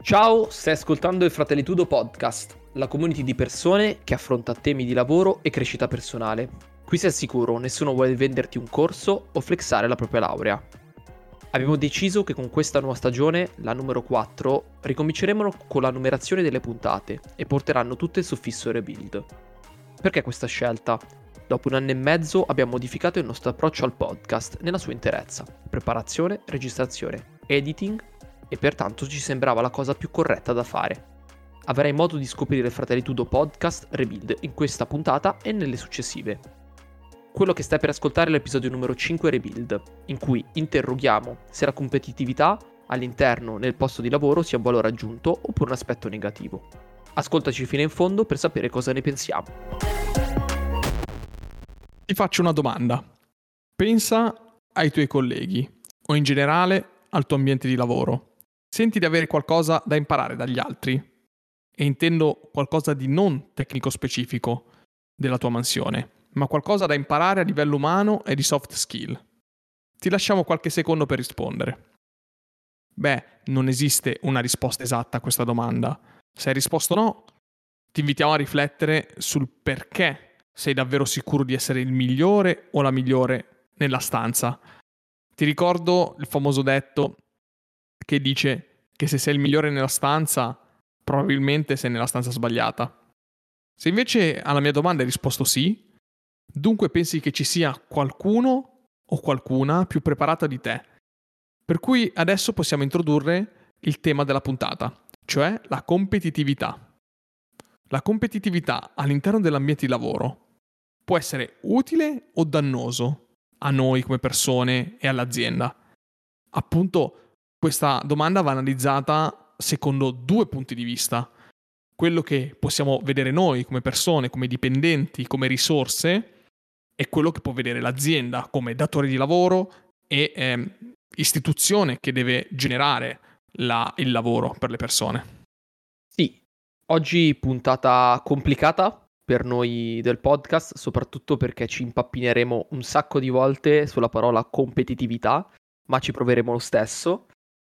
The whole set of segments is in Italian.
Ciao, stai ascoltando il Fratellitudo Podcast, la community di persone che affronta temi di lavoro e crescita personale. Qui sei sicuro, nessuno vuole venderti un corso o flexare la propria laurea. Abbiamo deciso che con questa nuova stagione, la numero 4, ricominceremo con la numerazione delle puntate e porteranno tutte su fisso Rebuild. Perché questa scelta? Dopo 1 anno e mezzo abbiamo modificato il nostro approccio al podcast nella sua interezza: preparazione, registrazione, editing, e pertanto ci sembrava la cosa più corretta da fare. Avrai modo di scoprire il Fratellitudo Podcast Rebuild in questa puntata e nelle successive. Quello che stai per ascoltare è l'episodio numero 5 Rebuild, in cui interroghiamo se la competitività all'interno nel posto di lavoro sia un valore aggiunto oppure un aspetto negativo. Ascoltaci fino in fondo per sapere cosa ne pensiamo. Ti faccio una domanda. Pensa ai tuoi colleghi o in generale al tuo ambiente di lavoro. Senti di avere qualcosa da imparare dagli altri? E intendo qualcosa di non tecnico specifico della tua mansione, ma qualcosa da imparare a livello umano e di soft skill. Ti lasciamo qualche secondo per rispondere. Non esiste una risposta esatta a questa domanda. Se hai risposto no, ti invitiamo a riflettere sul perché sei davvero sicuro di essere il migliore o la migliore nella stanza. Ti ricordo il famoso detto che dice che se sei il migliore nella stanza, probabilmente sei nella stanza sbagliata. Se invece alla mia domanda hai risposto sì, dunque pensi che ci sia qualcuno o qualcuna più preparata di te. Per cui adesso possiamo introdurre il tema della puntata, cioè la competitività. La competitività all'interno dell'ambiente di lavoro può essere utile o dannoso a noi come persone e all'azienda. Appunto, questa domanda va analizzata secondo due punti di vista. Quello che possiamo vedere noi come persone, come dipendenti, come risorse, e quello che può vedere l'azienda come datore di lavoro e istituzione che deve generare il lavoro per le persone. Sì, oggi puntata complicata per noi del podcast, soprattutto perché ci impappineremo un sacco di volte sulla parola competitività, ma ci proveremo lo stesso.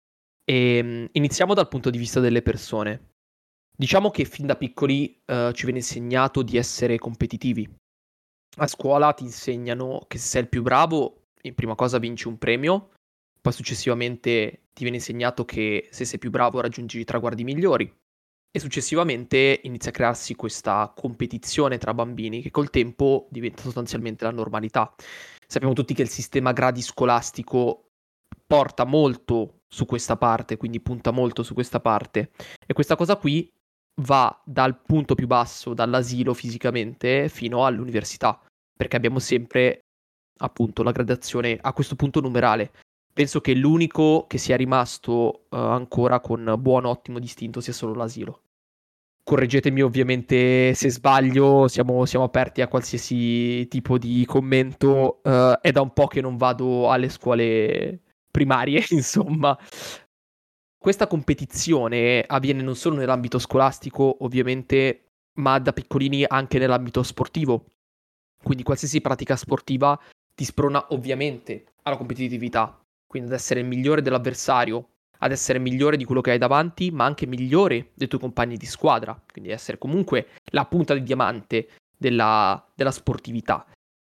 E iniziamo dal punto di vista delle persone. Diciamo che fin da piccoli ci viene insegnato di essere competitivi. A scuola ti insegnano che se sei il più bravo, in prima cosa vinci un premio, poi successivamente ti viene insegnato che se sei più bravo raggiungi i traguardi migliori, e successivamente inizia a crearsi questa competizione tra bambini che col tempo diventa sostanzialmente la normalità. Sappiamo tutti che il sistema gradi scolastico porta molto su questa parte, quindi punta molto su questa parte, e questa cosa qui va dal punto più basso, dall'asilo fisicamente, fino all'università, perché abbiamo sempre appunto la gradazione a questo punto numerale. Penso che l'unico che sia rimasto ancora con buon ottimo distinto sia solo l'asilo. Correggetemi ovviamente se sbaglio, siamo aperti a qualsiasi tipo di commento. È da un po' che non vado alle scuole primarie, insomma. Questa competizione avviene non solo nell'ambito scolastico, ovviamente, ma da piccolini anche nell'ambito sportivo. Quindi qualsiasi pratica sportiva ti sprona ovviamente alla competitività, quindi ad essere il migliore dell'avversario, ad essere migliore di quello che hai davanti, ma anche migliore dei tuoi compagni di squadra, quindi essere comunque la punta di diamante della sportività.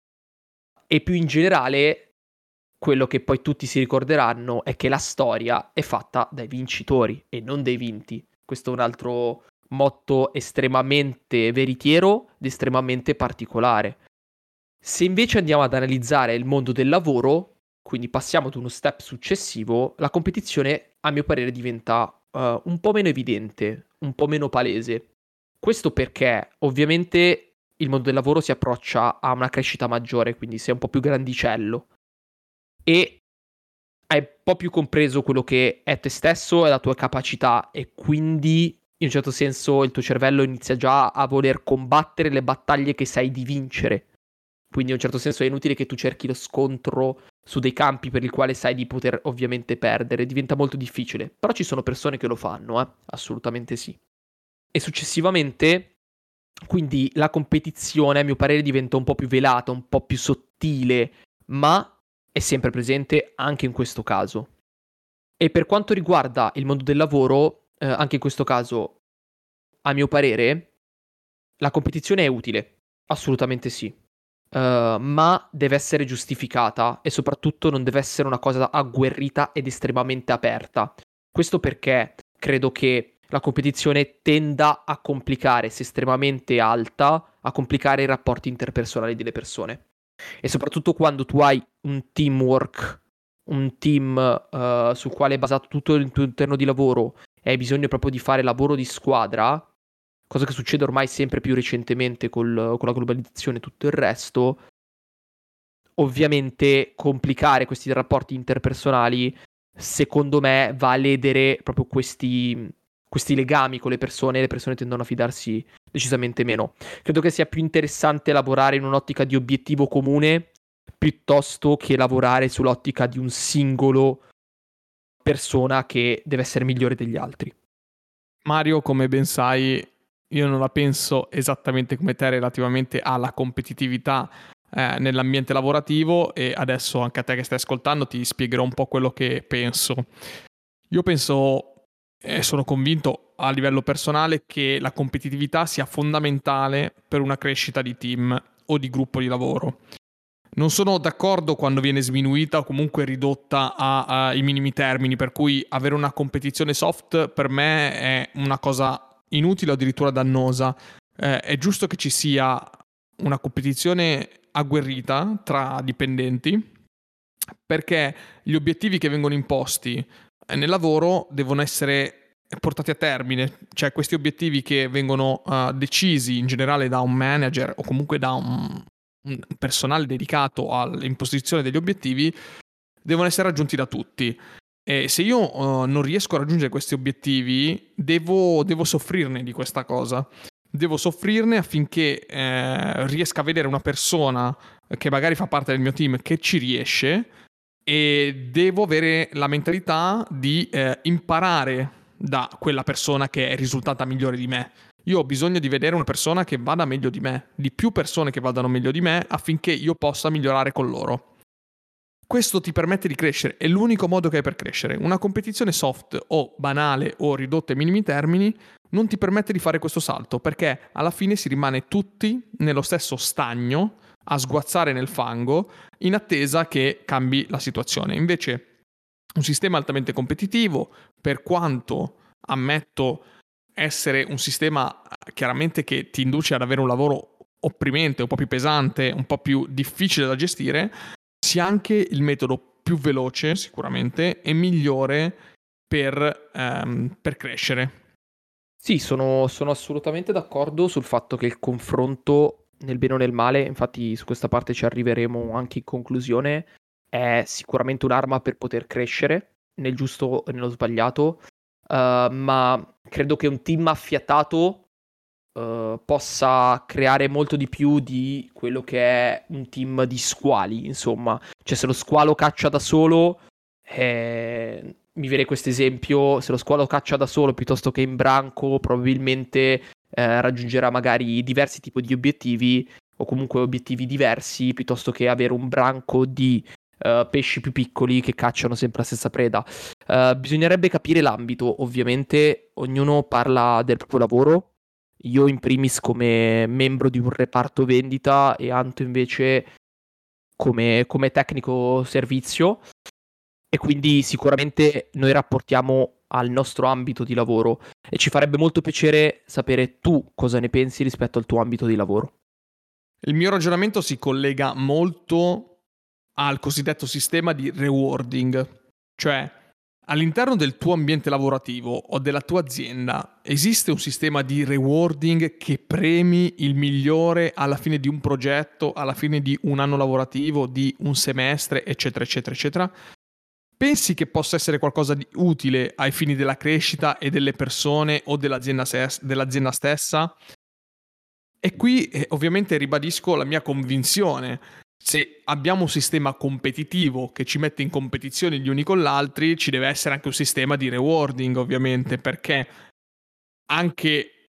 E più in generale, quello che poi tutti si ricorderanno è che la storia è fatta dai vincitori e non dai vinti. Questo è un altro motto estremamente veritiero ed estremamente particolare. Se invece andiamo ad analizzare il mondo del lavoro, quindi passiamo ad uno step successivo, la competizione a mio parere diventa un po' meno evidente, un po' meno palese. Questo perché ovviamente il mondo del lavoro si approccia a una crescita maggiore, quindi sei un po' più grandicello e hai un po' più compreso quello che è te stesso e la tua capacità, e quindi in un certo senso il tuo cervello inizia già a voler combattere le battaglie che sai di vincere. Quindi in un certo senso è inutile che tu cerchi lo scontro su dei campi per il quale sai di poter ovviamente perdere, diventa molto difficile. Però ci sono persone che lo fanno, assolutamente sì. E successivamente, quindi la competizione a mio parere diventa un po' più velata, un po' più sottile, ma è sempre presente anche in questo caso. E per quanto riguarda il mondo del lavoro, anche in questo caso, a mio parere, la competizione è utile, assolutamente sì. Ma deve essere giustificata e soprattutto non deve essere una cosa agguerrita ed estremamente aperta. Questo perché credo che la competizione tenda a complicare, se estremamente alta, a complicare i rapporti interpersonali delle persone. E soprattutto quando tu hai un teamwork, un team sul quale è basato tutto il tuo interno di lavoro e hai bisogno proprio di fare lavoro di squadra, cosa che succede ormai sempre più recentemente con la globalizzazione e tutto il resto, ovviamente complicare questi rapporti interpersonali, secondo me, va a ledere proprio questi legami con le persone tendono a fidarsi decisamente meno. Credo che sia più interessante lavorare in un'ottica di obiettivo comune piuttosto che lavorare sull'ottica di un singolo persona che deve essere migliore degli altri. Mario, come ben sai, io non la penso esattamente come te relativamente alla competitività nell'ambiente lavorativo, e adesso anche a te che stai ascoltando ti spiegherò un po' quello che penso. Io penso e sono convinto a livello personale che la competitività sia fondamentale per una crescita di team o di gruppo di lavoro. Non sono d'accordo quando viene sminuita o comunque ridotta ai minimi termini, per cui avere una competizione soft per me è una cosa inutile o addirittura dannosa. È giusto che ci sia una competizione agguerrita tra dipendenti, perché gli obiettivi che vengono imposti nel lavoro devono essere portati a termine, cioè questi obiettivi che vengono decisi in generale da un manager o comunque da un personale dedicato all'imposizione degli obiettivi devono essere raggiunti da tutti. E se io non riesco a raggiungere questi obiettivi, devo soffrirne di questa cosa. Devo soffrirne affinché riesca a vedere una persona che magari fa parte del mio team che ci riesce, e devo avere la mentalità di imparare da quella persona che è risultata migliore di me. Io ho bisogno di vedere una persona che vada meglio di me, di più persone che vadano meglio di me, affinché io possa migliorare con loro. Questo ti permette di crescere, è l'unico modo che hai per crescere. Una competizione soft o banale o ridotta ai minimi termini non ti permette di fare questo salto, perché alla fine si rimane tutti nello stesso stagno a sguazzare nel fango in attesa che cambi la situazione. Invece un sistema altamente competitivo, per quanto ammetto essere un sistema chiaramente che ti induce ad avere un lavoro opprimente, un po' più pesante, un po' più difficile da gestire, sia anche il metodo più veloce sicuramente e migliore per crescere. Sì, sono assolutamente d'accordo sul fatto che il confronto nel bene o nel male, infatti su questa parte ci arriveremo anche in conclusione, è sicuramente un'arma per poter crescere nel giusto e nello sbagliato, ma credo che un team affiatato possa creare molto di più di quello che è un team di squali, insomma. Cioè se lo squalo caccia da solo, mi viene questo esempio, se lo squalo caccia da solo piuttosto che in branco, probabilmente raggiungerà magari diversi tipi di obiettivi o comunque obiettivi diversi piuttosto che avere un branco di pesci più piccoli che cacciano sempre la stessa preda. Bisognerebbe capire l'ambito, ovviamente ognuno parla del proprio lavoro. Io in primis come membro di un reparto vendita e Anto invece come tecnico servizio, e quindi sicuramente noi rapportiamo al nostro ambito di lavoro e ci farebbe molto piacere sapere tu cosa ne pensi rispetto al tuo ambito di lavoro. Il mio ragionamento si collega molto al cosiddetto sistema di rewarding, cioè all'interno del tuo ambiente lavorativo o della tua azienda esiste un sistema di rewarding che premi il migliore alla fine di un progetto, alla fine di un anno lavorativo, di un semestre, eccetera, eccetera, eccetera? Pensi che possa essere qualcosa di utile ai fini della crescita e delle persone o dell'azienda stessa? E qui ovviamente ribadisco la mia convinzione. Se abbiamo un sistema competitivo che ci mette in competizione gli uni con gli altri, ci deve essere anche un sistema di rewarding, ovviamente, perché anche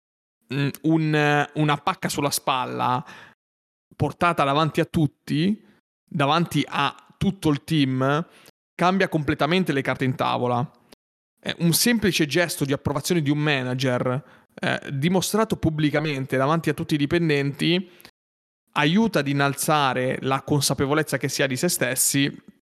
una pacca sulla spalla portata davanti a tutti, davanti a tutto il team, cambia completamente le carte in tavola. un semplice gesto di approvazione di un manager dimostrato pubblicamente davanti a tutti i dipendenti aiuta ad innalzare la consapevolezza che si ha di se stessi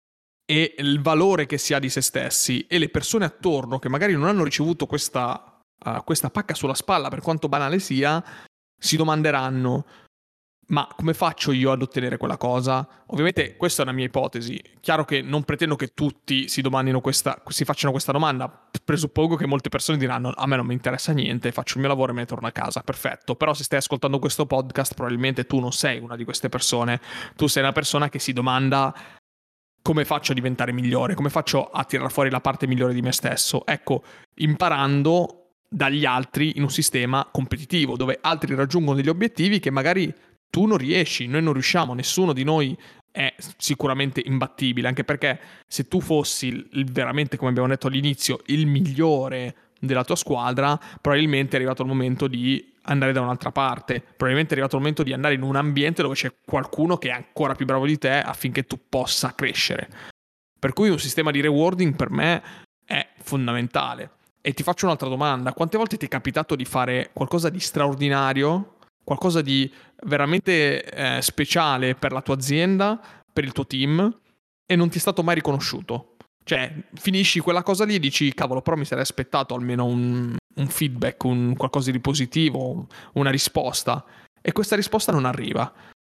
e il valore che si ha di se stessi, e le persone attorno che magari non hanno ricevuto questa pacca sulla spalla, per quanto banale sia, si domanderanno: ma come faccio io ad ottenere quella cosa? Ovviamente questa è una mia ipotesi. Chiaro che non pretendo che tutti si facciano questa domanda. Presuppongo che molte persone diranno: a me non mi interessa niente, faccio il mio lavoro e me ne torno a casa. Perfetto. Però se stai ascoltando questo podcast, probabilmente tu non sei una di queste persone. Tu sei una persona che si domanda: come faccio a diventare migliore? Come faccio a tirare fuori la parte migliore di me stesso? Ecco, imparando dagli altri in un sistema competitivo, dove altri raggiungono degli obiettivi che magari tu non riesci, noi non riusciamo, nessuno di noi è sicuramente imbattibile, anche perché se tu fossi veramente, come abbiamo detto all'inizio, il migliore della tua squadra, probabilmente è arrivato il momento di andare da un'altra parte, probabilmente è arrivato il momento di andare in un ambiente dove c'è qualcuno che è ancora più bravo di te affinché tu possa crescere. Per cui un sistema di rewarding per me è fondamentale. E ti faccio un'altra domanda: quante volte ti è capitato di fare qualcosa di straordinario, qualcosa di veramente speciale per la tua azienda, per il tuo team, e non ti è stato mai riconosciuto? Cioè, finisci quella cosa lì e dici: cavolo, però mi sarei aspettato almeno un feedback, un qualcosa di positivo, una risposta, e questa risposta non arriva.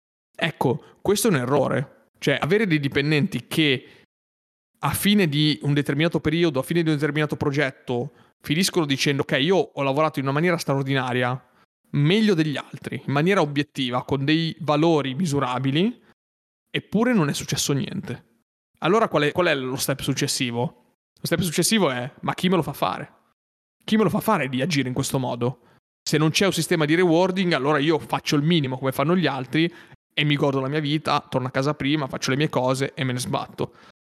Ecco, questo è un errore. Cioè, avere dei dipendenti che a fine di un determinato periodo, a fine di un determinato progetto, finiscono dicendo: ok, io ho lavorato in una maniera straordinaria, meglio degli altri, in maniera obiettiva, con dei valori misurabili, eppure non è successo niente. Allora qual è lo step successivo? Lo step successivo è: ma chi me lo fa fare? Chi me lo fa fare di agire in questo modo? Se non c'è un sistema di rewarding, allora io faccio il minimo come fanno gli altri e mi godo la mia vita, torno a casa prima, faccio le mie cose e me ne sbatto.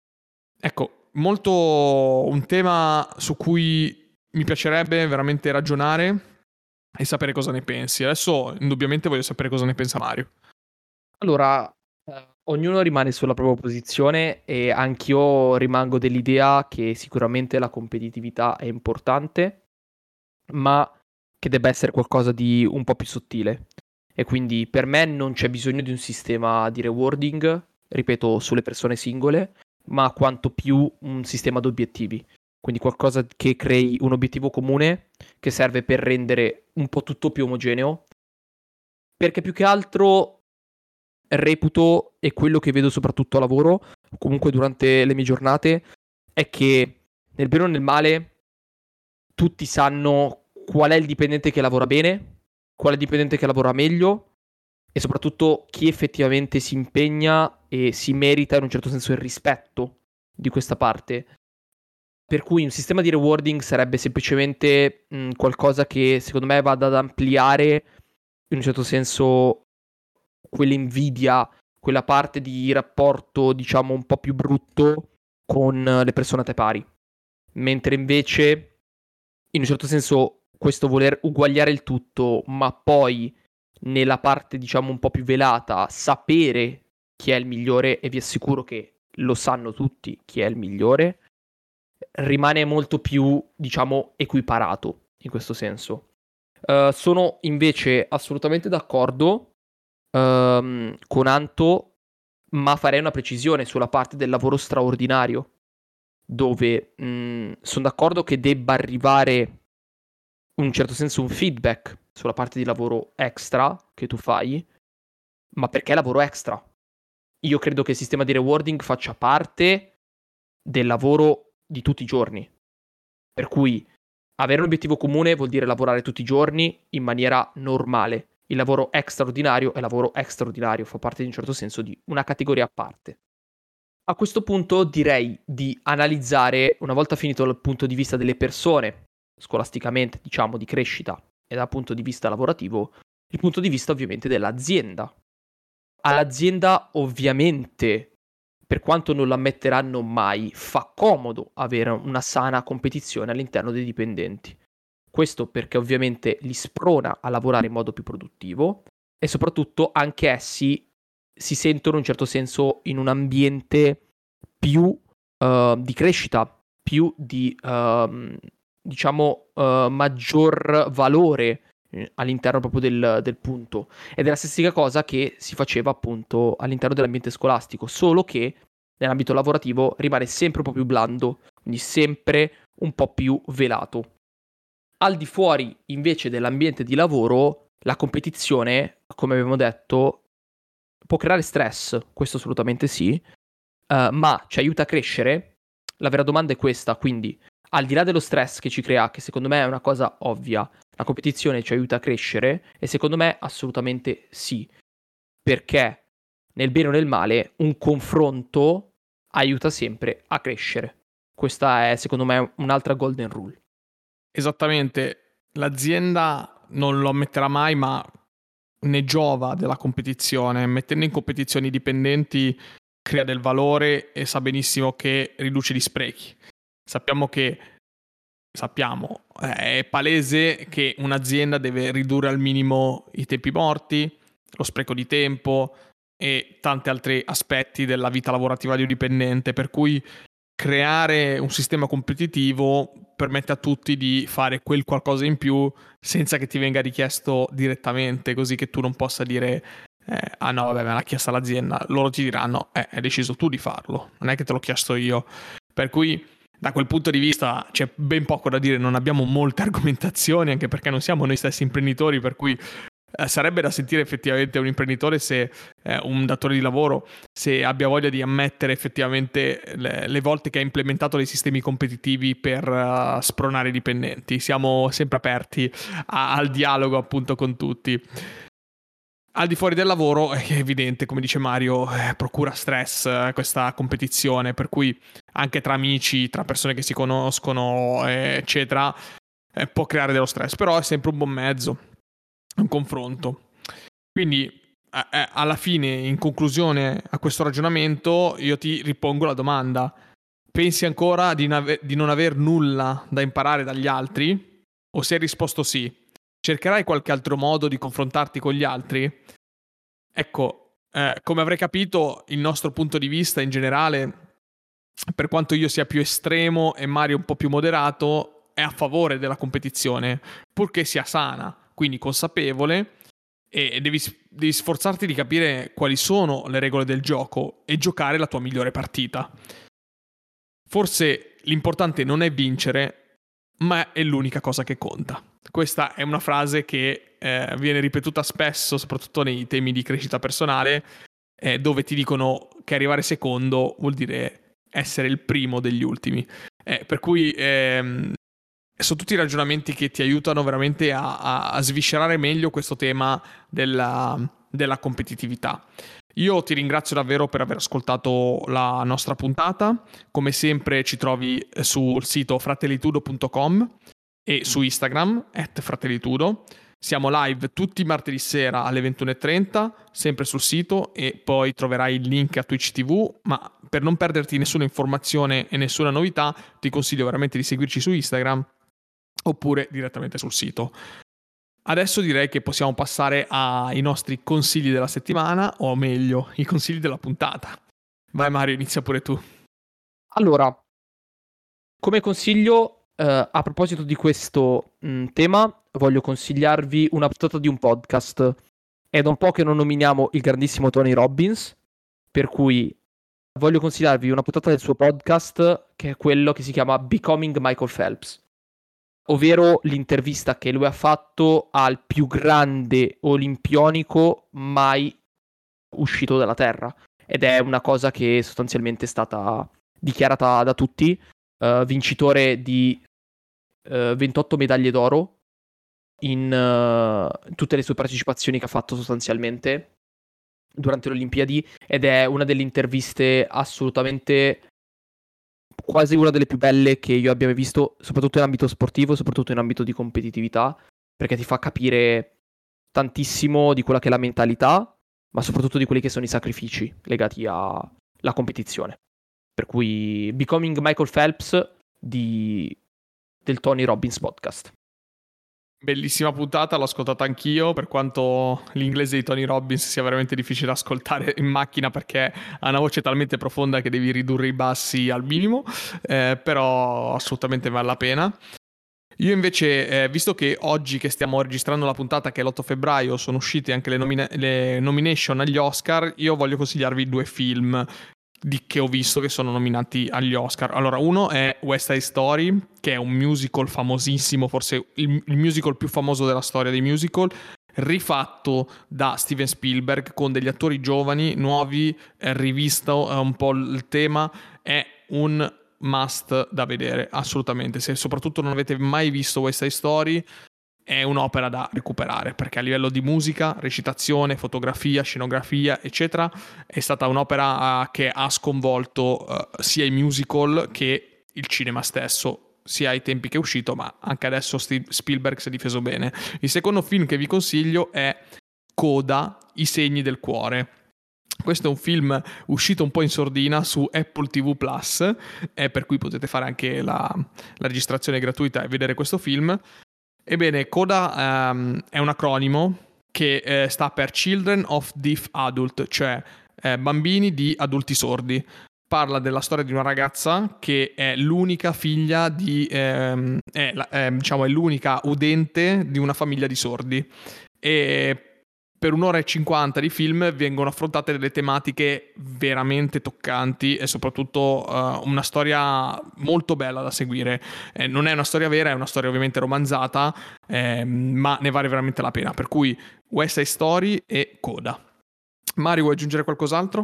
Ecco, molto un tema su cui mi piacerebbe veramente ragionare e sapere cosa ne pensi. Adesso indubbiamente voglio sapere cosa ne pensa Mario. Allora, ognuno rimane sulla propria posizione e anch'io rimango dell'idea che sicuramente la competitività è importante, ma che debba essere qualcosa di un po' più sottile. E quindi per me non c'è bisogno di un sistema di rewarding, ripeto, sulle persone singole, ma quanto più un sistema di obiettivi. Quindi qualcosa che crei un obiettivo comune che serve per rendere un po' tutto più omogeneo. Perché più che altro reputo, e quello che vedo soprattutto a lavoro, comunque durante le mie giornate, è che nel bene o nel male tutti sanno qual è il dipendente che lavora bene, qual è il dipendente che lavora meglio e soprattutto chi effettivamente si impegna e si merita in un certo senso il rispetto di questa parte. Per cui un sistema di rewarding sarebbe semplicemente qualcosa che secondo me vada ad ampliare in un certo senso quell'invidia, quella parte di rapporto, diciamo, un po' più brutto con le persone a te pari. Mentre invece, in un certo senso, questo voler uguagliare il tutto, ma poi nella parte, diciamo, un po' più velata, sapere chi è il migliore, e vi assicuro che lo sanno tutti chi è il migliore, rimane molto più, diciamo, equiparato in questo senso. Sono invece assolutamente d'accordo con Anto, ma farei una precisione sulla parte del lavoro straordinario, dove sono d'accordo che debba arrivare in un certo senso un feedback sulla parte di lavoro extra che tu fai, ma perché lavoro extra? Io credo che il sistema di rewarding faccia parte del lavoro di tutti i giorni, per cui avere un obiettivo comune vuol dire lavorare tutti i giorni in maniera normale. Il lavoro extraordinario è lavoro extraordinario, fa parte in un certo senso di una categoria a parte. A questo punto direi di analizzare, una volta finito dal punto di vista delle persone, scolasticamente, diciamo, di crescita, e dal punto di vista lavorativo, il punto di vista ovviamente dell'azienda. All'azienda ovviamente, per quanto non lo ammetteranno mai, fa comodo avere una sana competizione all'interno dei dipendenti. Questo perché ovviamente li sprona a lavorare in modo più produttivo e soprattutto anche essi si sentono in un certo senso in un ambiente più di crescita, più di, maggior valore all'interno proprio del punto. Ed è la stessa cosa che si faceva appunto all'interno dell'ambiente scolastico, solo che nell'ambito lavorativo rimane sempre un po' più blando, quindi sempre un po' più velato. Al di fuori invece dell'ambiente di lavoro, la competizione, come abbiamo detto, può creare stress, questo assolutamente sì, ma ci aiuta a crescere. La vera domanda è questa, quindi al di là dello stress che ci crea, che secondo me è una cosa ovvia, la competizione ci aiuta a crescere? E secondo me assolutamente sì, perché nel bene o nel male un confronto aiuta sempre a crescere. Questa è secondo me un'altra golden rule. Esattamente, l'azienda non lo ammetterà mai, ma ne giova della competizione. Mettendo in competizione i dipendenti crea del valore e sa benissimo che riduce gli sprechi. Sappiamo, è palese che un'azienda deve ridurre al minimo i tempi morti, lo spreco di tempo e tanti altri aspetti della vita lavorativa di un dipendente, per cui creare un sistema competitivo permette a tutti di fare quel qualcosa in più senza che ti venga richiesto direttamente, così che tu non possa dire ah no vabbè me l'ha chiesta l'azienda, loro ti diranno hai deciso tu di farlo, non è che te l'ho chiesto io, per cui da quel punto di vista c'è ben poco da dire, non abbiamo molte argomentazioni, anche perché non siamo noi stessi imprenditori, per cui sarebbe da sentire effettivamente un imprenditore, se un datore di lavoro, se abbia voglia di ammettere effettivamente le volte che ha implementato dei sistemi competitivi per spronare i dipendenti. Siamo sempre aperti al dialogo appunto con tutti. Al di fuori del lavoro è evidente, come dice Mario, procura stress questa competizione, per cui anche tra amici, tra persone che si conoscono, eccetera, può creare dello stress, però è sempre un buon mezzo, un confronto. Quindi alla fine, in conclusione a questo ragionamento, io ti ripongo la domanda: pensi ancora di non aver nulla da imparare dagli altri? O se hai risposto sì, cercherai qualche altro modo di confrontarti con gli altri? Ecco, come avrei capito, il nostro punto di vista in generale, per quanto io sia più estremo e Mario un po' più moderato, è a favore della competizione, purché sia sana, quindi consapevole, e devi sforzarti di capire quali sono le regole del gioco e giocare la tua migliore partita. Forse l'importante non è vincere, ma è l'unica cosa che conta. Questa è una frase che viene ripetuta spesso, soprattutto nei temi di crescita personale, dove ti dicono che arrivare secondo vuol dire essere il primo degli ultimi. Per cui sono tutti ragionamenti che ti aiutano veramente a sviscerare meglio questo tema della competitività. Io ti ringrazio davvero per aver ascoltato la nostra puntata. Come sempre ci trovi sul sito fratellitudo.com e su Instagram @fratellitudo. Siamo live tutti i martedì sera alle 21:30, sempre sul sito, e poi troverai il link a Twitch TV, ma per non perderti nessuna informazione e nessuna novità ti consiglio veramente di seguirci su Instagram oppure direttamente sul sito. Adesso direi che possiamo passare ai nostri consigli della settimana, o meglio, i consigli della puntata. Vai Mario, inizia pure tu. Allora, come consiglio, a proposito di questo tema, voglio consigliarvi una puntata di un podcast. È da un po' che non nominiamo il grandissimo Tony Robbins, per cui voglio consigliarvi una puntata del suo podcast, che è quello che si chiama Becoming Michael Phelps, ovvero l'intervista che lui ha fatto al più grande olimpionico mai uscito dalla Terra. Ed è una cosa che sostanzialmente è stata dichiarata da tutti, vincitore di 28 medaglie d'oro in tutte le sue partecipazioni che ha fatto sostanzialmente durante le Olimpiadi, ed è una delle interviste assolutamente quasi una delle più belle che io abbia mai visto, soprattutto in ambito sportivo, soprattutto in ambito di competitività, perché ti fa capire tantissimo di quella che è la mentalità, ma soprattutto di quelli che sono i sacrifici legati alla competizione. Per cui Becoming Michael Phelps del Tony Robbins podcast. Bellissima puntata, l'ho ascoltata anch'io, per quanto l'inglese di Tony Robbins sia veramente difficile da ascoltare in macchina perché ha una voce talmente profonda che devi ridurre i bassi al minimo, però assolutamente vale la pena. Io invece, visto che oggi che stiamo registrando la puntata, che è l'8 febbraio, sono uscite anche le nomination agli Oscar, io voglio consigliarvi 2 film che ho visto che sono nominati agli Oscar. Allora, uno è West Side Story, che è un musical famosissimo, forse il musical più famoso della storia dei musical, rifatto da Steven Spielberg con degli attori giovani, nuovi, rivisto un po' il tema. È un must da vedere, assolutamente. Se soprattutto non avete mai visto West Side Story, è un'opera da recuperare, perché a livello di musica, recitazione, fotografia, scenografia, eccetera, è stata un'opera che ha sconvolto sia i musical che il cinema stesso, sia ai tempi che è uscito, ma anche adesso Spielberg si è difeso bene. Il secondo film che vi consiglio è Coda, I segni del cuore. Questo è un film uscito un po' in sordina su Apple TV Plus, per cui potete fare anche la registrazione gratuita e vedere questo film. Ebbene, CODA è un acronimo che sta per Children of Deaf Adult, cioè bambini di adulti sordi. Parla della storia di una ragazza che è l'unica figlia diciamo, è l'unica udente di una famiglia di sordi. E per 1 ora e 50 di film vengono affrontate delle tematiche veramente toccanti e soprattutto una storia molto bella da seguire. Non è una storia vera, è una storia ovviamente romanzata, ma ne vale veramente la pena. Per cui West Side Story e Coda. Mario, vuoi aggiungere qualcos'altro?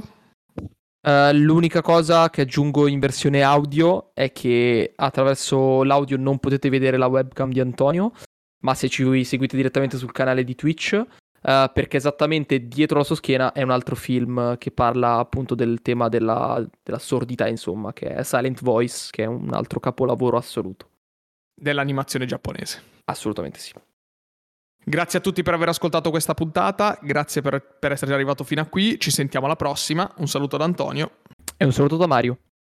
L'unica cosa che aggiungo in versione audio è che attraverso l'audio non potete vedere la webcam di Antonio, ma se ci seguite direttamente sul canale di Twitch, perché esattamente dietro la sua schiena è un altro film che parla appunto del tema della sordità, insomma, che è Silent Voice, che è un altro capolavoro assoluto. Dell'animazione giapponese. Assolutamente sì. Grazie a tutti per aver ascoltato questa puntata, grazie per essere arrivato fino a qui, ci sentiamo alla prossima, un saluto da Antonio. E un saluto da Mario.